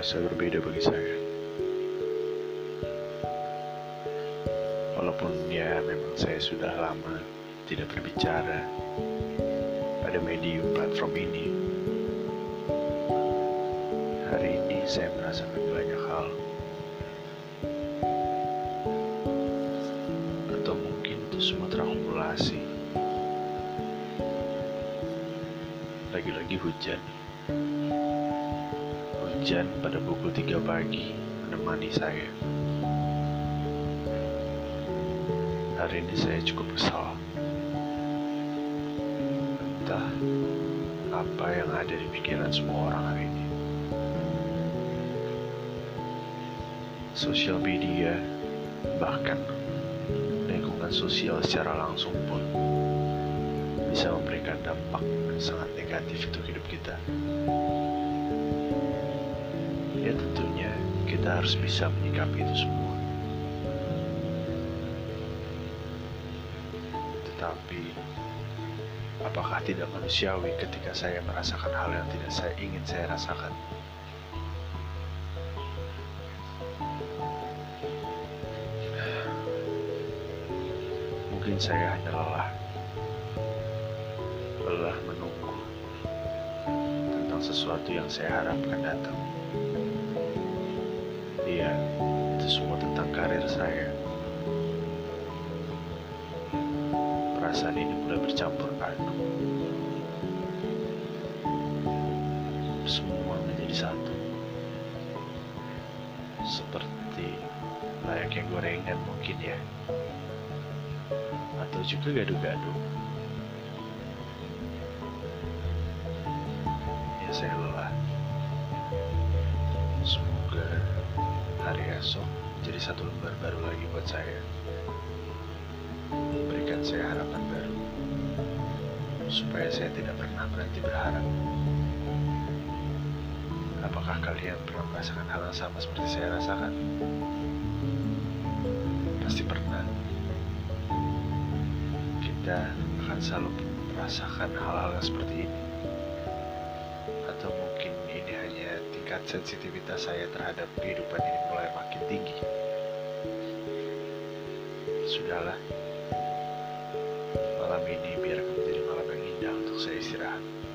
terasa berbeda bagi saya. Walaupun ya memang saya sudah lama tidak berbicara pada medium platform ini, hari ini saya merasakan banyak hal. Atau mungkin itu semua terakumulasi. Lagi-lagi hujan. Hujan pada pukul 3 pagi menemani saya. Hari ini saya cukup kesal. Entah apa yang ada di pikiran semua orang hari ini. Sosial media, bahkan lingkungan sosial secara langsung pun bisa memberikan dampak yang sangat negatif untuk hidup kita. Ya tentunya kita harus bisa menyikapi itu semua. Tetapi apakah tidak manusiawi ketika saya merasakan hal yang tidak ingin saya rasakan? Mungkin saya hanya lelah menunggu tentang sesuatu yang saya harapkan datang. Iya, itu semua tentang karir saya. Perasaan ini mulai bercampur aduk. Semua menjadi satu. Seperti layaknya gorengan mungkin ya. Atau juga gado-gado. Ya saya lelah. Semoga hari esok jadi satu lembar baru lagi buat saya. Berikan saya harapan baru, supaya saya tidak pernah berhenti berharap. Apakah kalian pernah merasakan hal yang sama seperti saya rasakan? Pasti pernah. Kita akan selalu merasakan hal-hal yang seperti ini. Atau mungkin ini hanya tingkat sensitivitas saya terhadap kehidupan ini mulai makin tinggi. Sudahlah. Malam ini biarkan menjadi malam yang indah untuk saya istirahat.